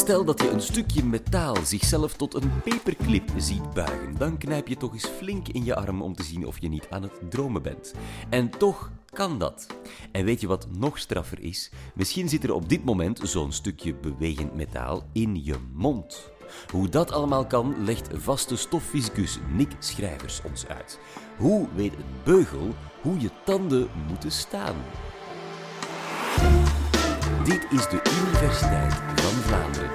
Stel dat je een stukje metaal zichzelf tot een paperclip ziet buigen, dan knijp je toch eens flink in je arm om te zien of je niet aan het dromen bent. En toch kan dat. En weet je wat nog straffer is? Misschien zit er op dit moment zo'n stukje bewegend metaal in je mond. Hoe dat allemaal kan, legt vaste stoffysicus Nick Schrijvers ons uit. Hoe weet een beugel hoe je tanden moeten staan? Dit is de Universiteit van Vlaanderen.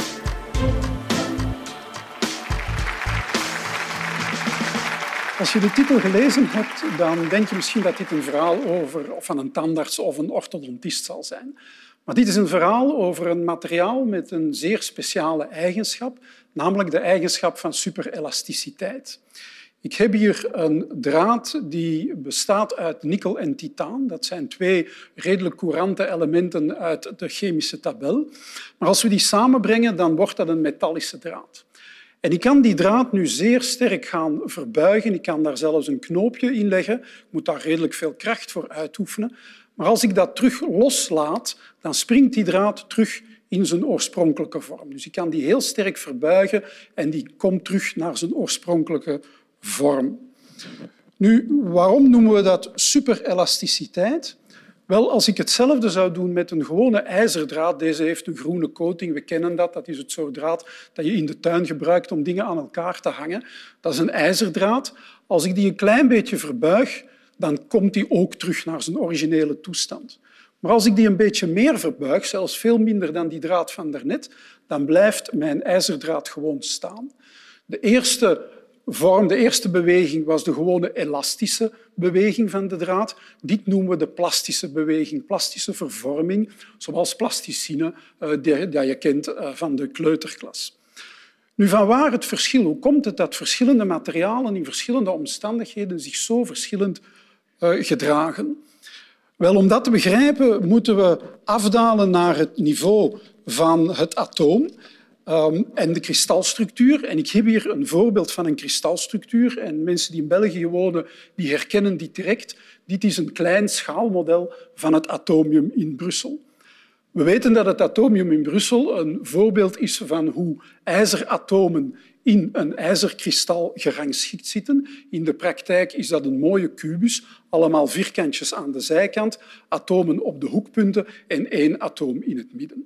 Als je de titel gelezen hebt, dan denk je misschien dat dit een verhaal van een tandarts of een orthodontist zal zijn. Maar dit is een verhaal over een materiaal met een zeer speciale eigenschap, namelijk de eigenschap van superelasticiteit. Ik heb hier een draad die bestaat uit nikkel en titaan. Dat zijn twee redelijk courante elementen uit de chemische tabel. Maar als we die samenbrengen, dan wordt dat een metallische draad. En ik kan die draad nu zeer sterk gaan verbuigen. Ik kan daar zelfs een knoopje in leggen. Ik moet daar redelijk veel kracht voor uitoefenen. Maar als ik dat terug loslaat, dan springt die draad terug in zijn oorspronkelijke vorm. Dus ik kan die heel sterk verbuigen en die komt terug naar zijn oorspronkelijke vorm. Nu, waarom noemen we dat superelasticiteit? Wel, als ik hetzelfde zou doen met een gewone ijzerdraad, deze heeft een groene coating, we kennen dat, dat is het soort draad dat je in de tuin gebruikt om dingen aan elkaar te hangen. Dat is een ijzerdraad. Als ik die een klein beetje verbuig, dan komt die ook terug naar zijn originele toestand. Maar als ik die een beetje meer verbuig, zelfs veel minder dan die draad van daarnet, dan blijft mijn ijzerdraad gewoon staan. De eerste beweging was de gewone elastische beweging van de draad. Dit noemen we de plastische beweging, plastische vervorming, zoals plasticine, dat je kent van de kleuterklas. Nu, vanwaar het verschil? Hoe komt het dat verschillende materialen in verschillende omstandigheden zich zo verschillend gedragen? Wel, om dat te begrijpen moeten we afdalen naar het niveau van het atoom en de kristalstructuur. En ik heb hier een voorbeeld van een kristalstructuur. En mensen die in België wonen, die herkennen dit direct. Dit is een klein schaalmodel van het atomium in Brussel. We weten dat het atomium in Brussel een voorbeeld is van hoe ijzeratomen in een ijzerkristal gerangschikt zitten. In de praktijk is dat een mooie kubus, allemaal vierkantjes aan de zijkant, atomen op de hoekpunten en één atoom in het midden.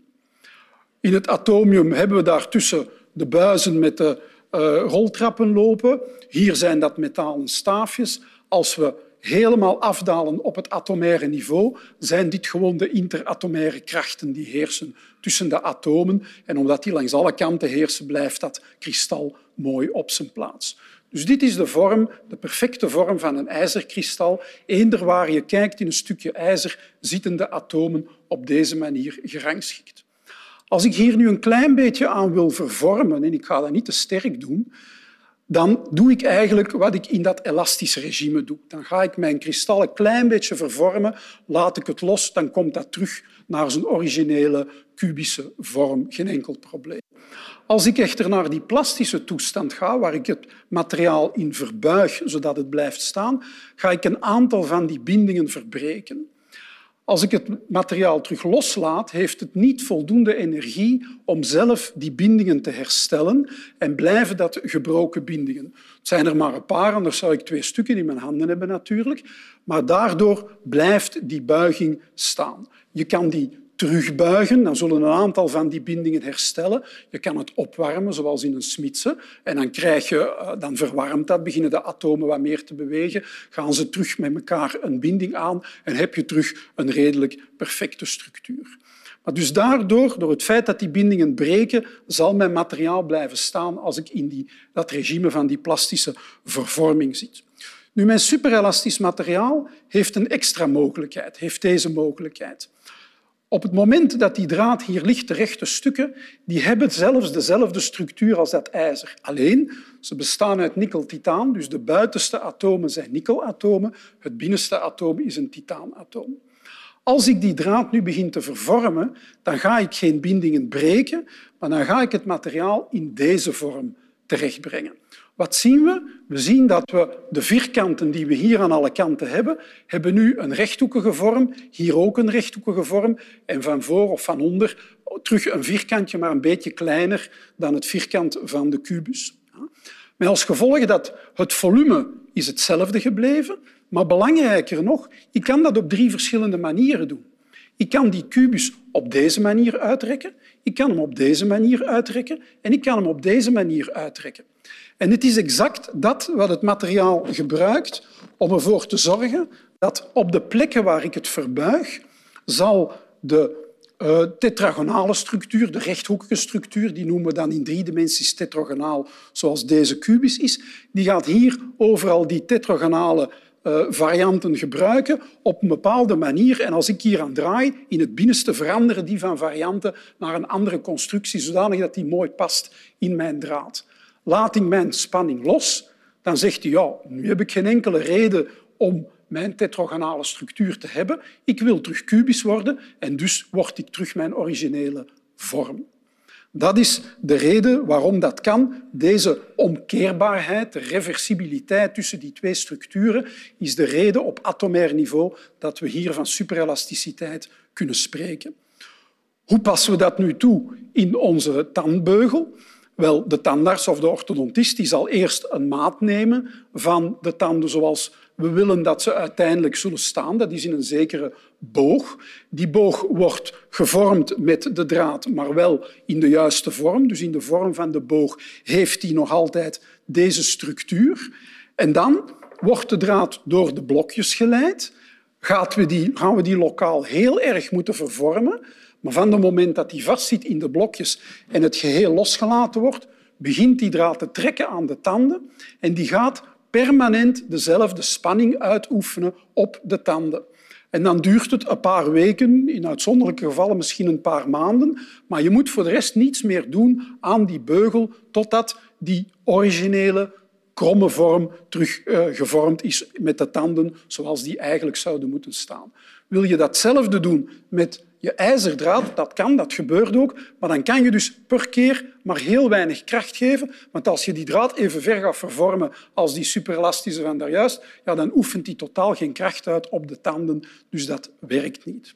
In het atomium hebben we daartussen de buizen met de roltrappen lopen. Hier zijn dat metalen staafjes. Als we helemaal afdalen op het atomaire niveau, zijn dit gewoon de interatomaire krachten die heersen tussen de atomen. En omdat die langs alle kanten heersen, blijft dat kristal mooi op zijn plaats. Dus dit is de perfecte vorm van een ijzerkristal. Eender waar je kijkt in een stukje ijzer, zitten de atomen op deze manier gerangschikt. Als ik hier nu een klein beetje aan wil vervormen, en ik ga dat niet te sterk doen, dan doe ik eigenlijk wat ik in dat elastische regime doe. Dan ga ik mijn kristal een klein beetje vervormen, laat ik het los, dan komt dat terug naar zijn originele kubische vorm. Geen enkel probleem. Als ik echter naar die plastische toestand ga, waar ik het materiaal in verbuig zodat het blijft staan, ga ik een aantal van die bindingen verbreken. Als ik het materiaal terug loslaat, heeft het niet voldoende energie om zelf die bindingen te herstellen en blijven dat gebroken bindingen. Het zijn er maar een paar, anders zou ik 2 stukken in mijn handen hebben natuurlijk, maar daardoor blijft die buiging staan. Je kan die terugbuigen, dan zullen een aantal van die bindingen herstellen. Je kan het opwarmen, zoals in een smidse, en dan verwarmt dat, beginnen de atomen wat meer te bewegen, gaan ze terug met elkaar een binding aan en heb je terug een redelijk perfecte structuur. Maar dus door het feit dat die bindingen breken, zal mijn materiaal blijven staan als ik in dat regime van die plastische vervorming zit. Nu, mijn superelastisch materiaal heeft een extra mogelijkheid, heeft deze mogelijkheid. Op het moment dat die draad hier ligt, de rechte stukken, die hebben zelfs dezelfde structuur als dat ijzer. Alleen, ze bestaan uit nikkel-titaan, dus de buitenste atomen zijn nikkelatomen, het binnenste atoom is een titaanatoom. Als ik die draad nu begin te vervormen, dan ga ik geen bindingen breken, maar dan ga ik het materiaal in deze vorm terechtbrengen. Wat zien we? We zien dat we de vierkanten die we hier aan alle kanten hebben nu een rechthoekige vorm, hier ook een rechthoekige vorm en van voor of van onder terug een vierkantje, maar een beetje kleiner dan het vierkant van de kubus. Met als gevolg dat het volume is hetzelfde gebleven, maar belangrijker nog, ik kan dat op 3 verschillende manieren doen. Ik kan die kubus op deze manier uitrekken, ik kan hem op deze manier uitrekken en ik kan hem op deze manier uitrekken. En het is exact dat wat het materiaal gebruikt om ervoor te zorgen dat op de plekken waar ik het verbuig, zal de tetragonale structuur, de rechthoekige structuur, die noemen we dan in 3 dimensies tetragonaal, zoals deze kubus is, die gaat hier overal die tetragonale varianten gebruiken op een bepaalde manier. En als ik hier aan draai, in het binnenste veranderen die van varianten naar een andere constructie, zodanig dat die mooi past in mijn draad. Laat ik mijn spanning los, dan zegt hij, ja, nu heb ik geen enkele reden om mijn tetragonale structuur te hebben. Ik wil terug kubisch worden en dus word ik terug mijn originele vorm. Dat is de reden waarom dat kan. Deze omkeerbaarheid, de reversibiliteit tussen die 2 structuren, is de reden op atomair niveau dat we hier van superelasticiteit kunnen spreken. Hoe passen we dat nu toe in onze tandbeugel? Wel, de tandarts of de orthodontist die zal eerst een maat nemen van de tanden zoals we willen dat ze uiteindelijk zullen staan. Dat is in een zekere boog. Die boog wordt gevormd met de draad, maar wel in de juiste vorm. Dus in de vorm van de boog heeft die nog altijd deze structuur. En dan wordt de draad door de blokjes geleid. Gaan we die lokaal heel erg moeten vervormen. Maar van het moment dat die vastzit in de blokjes en het geheel losgelaten wordt, begint die draad te trekken aan de tanden en die gaat permanent dezelfde spanning uitoefenen op de tanden. En dan duurt het een paar weken, in uitzonderlijke gevallen misschien een paar maanden, maar je moet voor de rest niets meer doen aan die beugel totdat die originele kromme vorm terug gevormd is met de tanden zoals die eigenlijk zouden moeten staan. Wil je datzelfde doen met je ijzerdraad, dat kan, dat gebeurt ook, maar dan kan je dus per keer maar heel weinig kracht geven, want als je die draad even ver gaat vervormen als die superelastische van daarjuist, ja, dan oefent die totaal geen kracht uit op de tanden, dus dat werkt niet.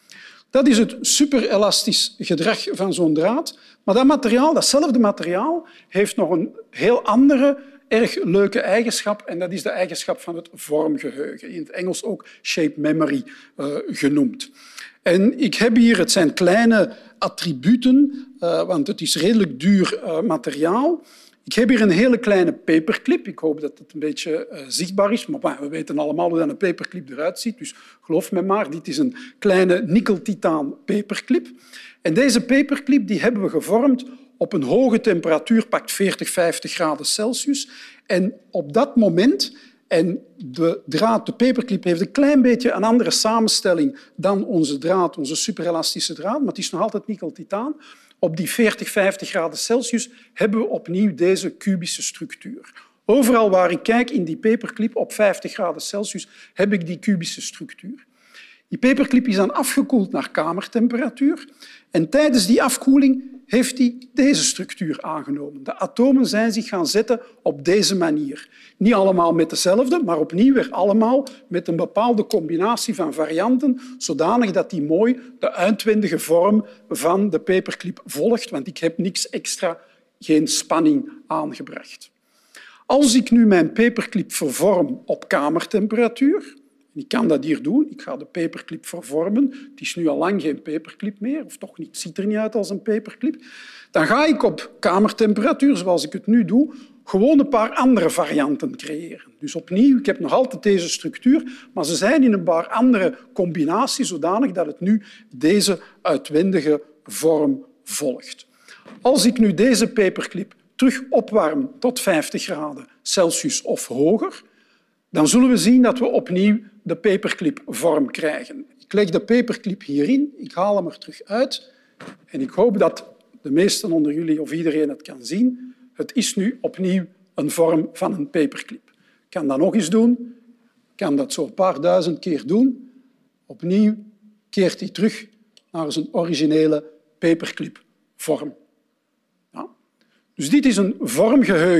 Dat is het superelastisch gedrag van zo'n draad, maar dat materiaal, datzelfde materiaal heeft nog een heel andere erg leuke eigenschap en dat is de eigenschap van het vormgeheugen, in het Engels ook shape memory genoemd. En ik heb hier, het zijn kleine attributen, want het is redelijk duur materiaal. Ik heb hier een hele kleine paperclip. Ik hoop dat het een beetje zichtbaar is, maar we weten allemaal hoe een paperclip eruit ziet, dus geloof me maar, dit is een kleine nikkeltitaan paperclip. En deze paperclip die hebben we gevormd op een hoge temperatuur, pakt 40, 50 graden Celsius. En op dat moment, en de paperclip heeft een klein beetje een andere samenstelling dan onze draad, onze superelastische draad, maar het is nog altijd nikkeltitaan. Op die 40, 50 graden Celsius hebben we opnieuw deze kubische structuur. Overal waar ik kijk in die paperclip op 50 graden Celsius heb ik die kubische structuur. Die paperclip is dan afgekoeld naar kamertemperatuur en tijdens die afkoeling heeft hij deze structuur aangenomen. De atomen zijn zich gaan zetten op deze manier. Niet allemaal met dezelfde, maar opnieuw weer allemaal met een bepaalde combinatie van varianten, zodanig dat die mooi de uitwendige vorm van de paperclip volgt, want ik heb niks extra, geen spanning aangebracht. Als ik nu mijn paperclip vervorm op kamertemperatuur, ik kan dat hier doen, ik ga de paperclip vervormen, het is nu al lang geen paperclip meer, of toch niet, het ziet er niet uit als een paperclip, dan ga ik op kamertemperatuur, zoals ik het nu doe, gewoon een paar andere varianten creëren. Dus opnieuw, ik heb nog altijd deze structuur, maar ze zijn in een paar andere combinaties, zodanig dat het nu deze uitwendige vorm volgt. Als ik nu deze paperclip terug opwarm tot 50 graden Celsius of hoger, dan zullen we zien dat we opnieuw de paperclip-vorm krijgen. Ik leg de paperclip hierin, ik haal hem er terug uit en ik hoop dat de meesten onder jullie of iedereen het kan zien. Het is nu opnieuw een vorm van een paperclip. Ik kan dat nog eens doen, ik kan dat zo een paar duizend keer doen. Opnieuw keert hij terug naar zijn originele paperclip-vorm. Ja. Dus dit is een vormgeheugen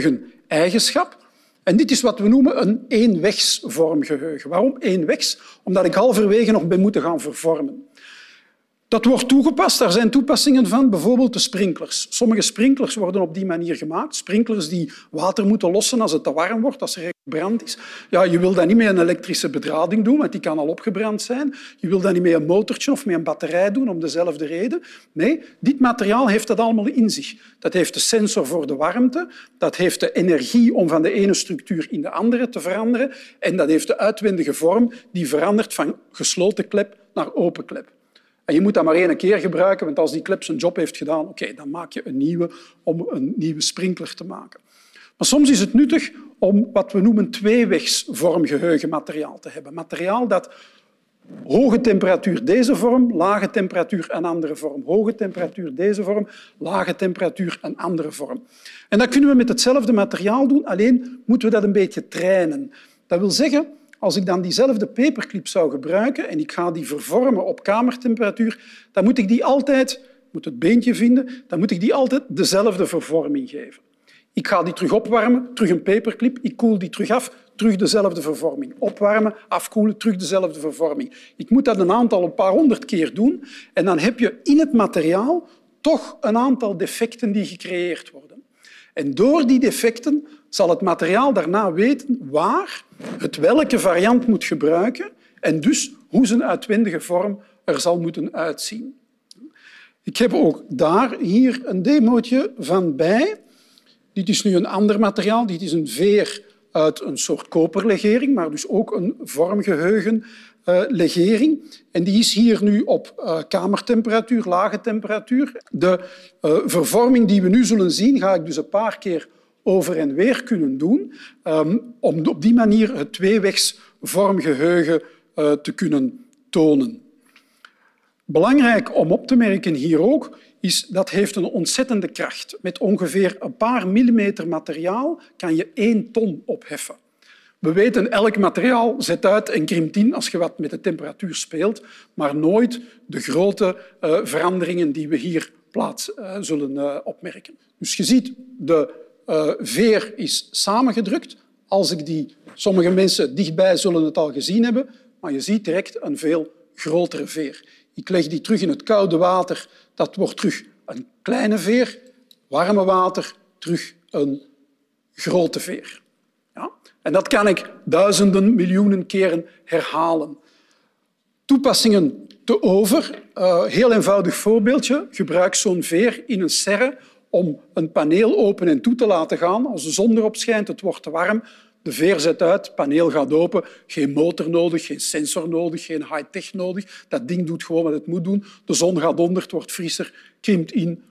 eigenschap. En dit is wat we noemen een eenwegsvormgeheugen. Waarom eenwegs? Omdat ik halverwege nog ben moeten gaan vervormen. Dat wordt toegepast. Daar zijn toepassingen van, bijvoorbeeld de sprinklers. Sommige sprinklers worden op die manier gemaakt. Sprinklers die water moeten lossen als het te warm wordt, als er brand is. Ja, je wil dat niet met een elektrische bedrading doen, want die kan al opgebrand zijn. Je wil dat niet met een motortje of met een batterij doen, om dezelfde reden. Nee, dit materiaal heeft dat allemaal in zich. Dat heeft de sensor voor de warmte, dat heeft de energie om van de ene structuur in de andere te veranderen en dat heeft de uitwendige vorm die verandert van gesloten klep naar open klep. En je moet dat maar één keer gebruiken, want als die klep zijn job heeft gedaan, oké, dan maak je een nieuwe om een nieuwe sprinkler te maken. Maar soms is het nuttig om wat we noemen tweewegsvormgeheugenmateriaal te hebben. Materiaal dat hoge temperatuur deze vorm, lage temperatuur een andere vorm. Hoge temperatuur deze vorm, lage temperatuur een andere vorm. En dat kunnen we met hetzelfde materiaal doen, alleen moeten we dat een beetje trainen. Dat wil zeggen, als ik dan diezelfde paperclip zou gebruiken en ik ga die vervormen op kamertemperatuur, dan moet ik die altijd, ik moet het beentje vinden, dan moet ik die altijd dezelfde vervorming geven. Ik ga die terug opwarmen, terug een paperclip, ik koel die terug af, terug dezelfde vervorming. Opwarmen, afkoelen, terug dezelfde vervorming. Ik moet dat een paar honderd keer doen en dan heb je in het materiaal toch een aantal defecten die gecreëerd worden. En door die defecten zal het materiaal daarna weten waar het welke variant moet gebruiken en dus hoe zijn uitwendige vorm er zal moeten uitzien. Ik heb ook hier een demootje van bij. Dit is nu een ander materiaal. Dit is een veer uit een soort koperlegering, maar dus ook een vormgeheugenlegering. En die is hier nu op kamertemperatuur, lage temperatuur. De vervorming die we nu zullen zien, ga ik dus een paar keer over en weer kunnen doen, om op die manier het tweewegs vormgeheugen te kunnen tonen. Belangrijk om op te merken hier ook, is dat heeft een ontzettende kracht. Met ongeveer een paar millimeter materiaal kan je 1 ton opheffen. We weten, elk materiaal zet uit en krimpt in als je wat met de temperatuur speelt, maar nooit de grote veranderingen die we hier plaats zullen opmerken. Dus je ziet, de veer is samengedrukt. Als ik die, sommige mensen dichtbij zullen het al gezien hebben, maar je ziet direct een veel grotere veer. Ik leg die terug in het koude water, dat wordt terug een kleine veer. Warme water, terug een grote veer. Ja? En dat kan ik duizenden, miljoenen keren herhalen. Toepassingen te over. Heel eenvoudig voorbeeldje. Gebruik zo'n veer in een serre om een paneel open en toe te laten gaan. Als de zon erop schijnt, het wordt te warm, de veer zet uit, het paneel gaat open. Geen motor nodig, geen sensor nodig, geen high-tech nodig. Dat ding doet gewoon wat het moet doen. De zon gaat onder, het wordt frisser, krimpt in,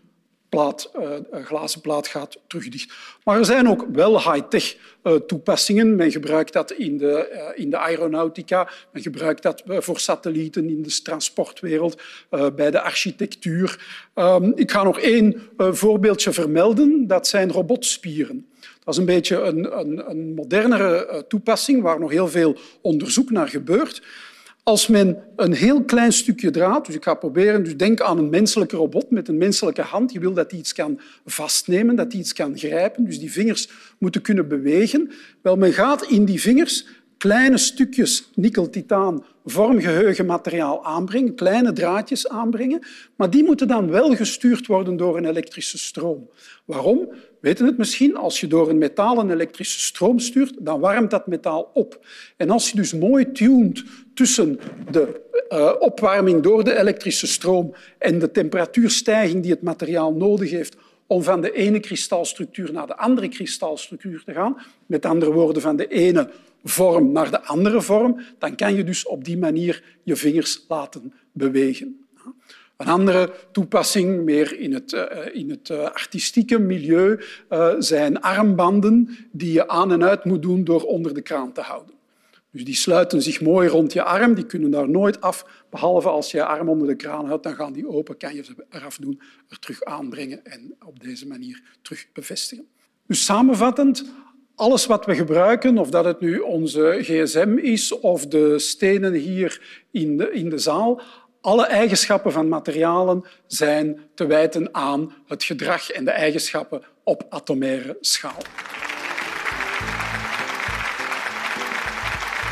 glazen plaat gaat terug dicht. Maar er zijn ook wel high-tech toepassingen. Men gebruikt dat in de aeronautica, men gebruikt dat voor satellieten in de transportwereld, bij de architectuur. Ik ga nog 1 voorbeeldje vermelden. Dat zijn robotspieren. Dat is een beetje een modernere toepassing waar nog heel veel onderzoek naar gebeurt. Als men een heel klein stukje draad, dus ik ga proberen, dus denk aan een menselijke robot met een menselijke hand. Je wil dat die iets kan vastnemen, dat die iets kan grijpen, dus die vingers moeten kunnen bewegen. Wel, men gaat in die vingers kleine stukjes nikkel-titaan vormgeheugenmateriaal aanbrengen, kleine draadjes aanbrengen, maar die moeten dan wel gestuurd worden door een elektrische stroom. Waarom? Weten het misschien? Als je door een metaal een elektrische stroom stuurt, dan warmt dat metaal op. En als je dus mooi tunt tussen de opwarming door de elektrische stroom en de temperatuurstijging die het materiaal nodig heeft om van de ene kristalstructuur naar de andere kristalstructuur te gaan, met andere woorden, van de ene vorm naar de andere vorm, dan kan je dus op die manier je vingers laten bewegen. Een andere toepassing, meer in het artistieke milieu, zijn armbanden die je aan en uit moet doen door onder de kraan te houden. Dus die sluiten zich mooi rond je arm, die kunnen daar nooit af, behalve als je je arm onder de kraan houdt, dan gaan die open, kan je ze eraf doen, er terug aanbrengen en op deze manier terug bevestigen. Dus samenvattend, alles wat we gebruiken, of dat het nu onze gsm is of de stenen hier in de zaal, alle eigenschappen van materialen zijn te wijten aan het gedrag en de eigenschappen op atomaire schaal.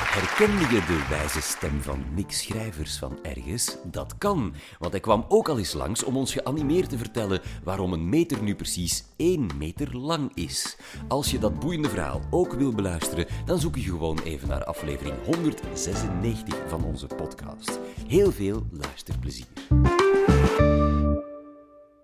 Herkende je de wijze stem van Nick Schrijvers van ergens? Dat kan, want hij kwam ook al eens langs om ons geanimeerd te vertellen waarom een meter nu precies 1 meter lang is. Als je dat boeiende verhaal ook wil beluisteren, dan zoek je gewoon even naar aflevering 196 van onze podcast. Heel veel luisterplezier.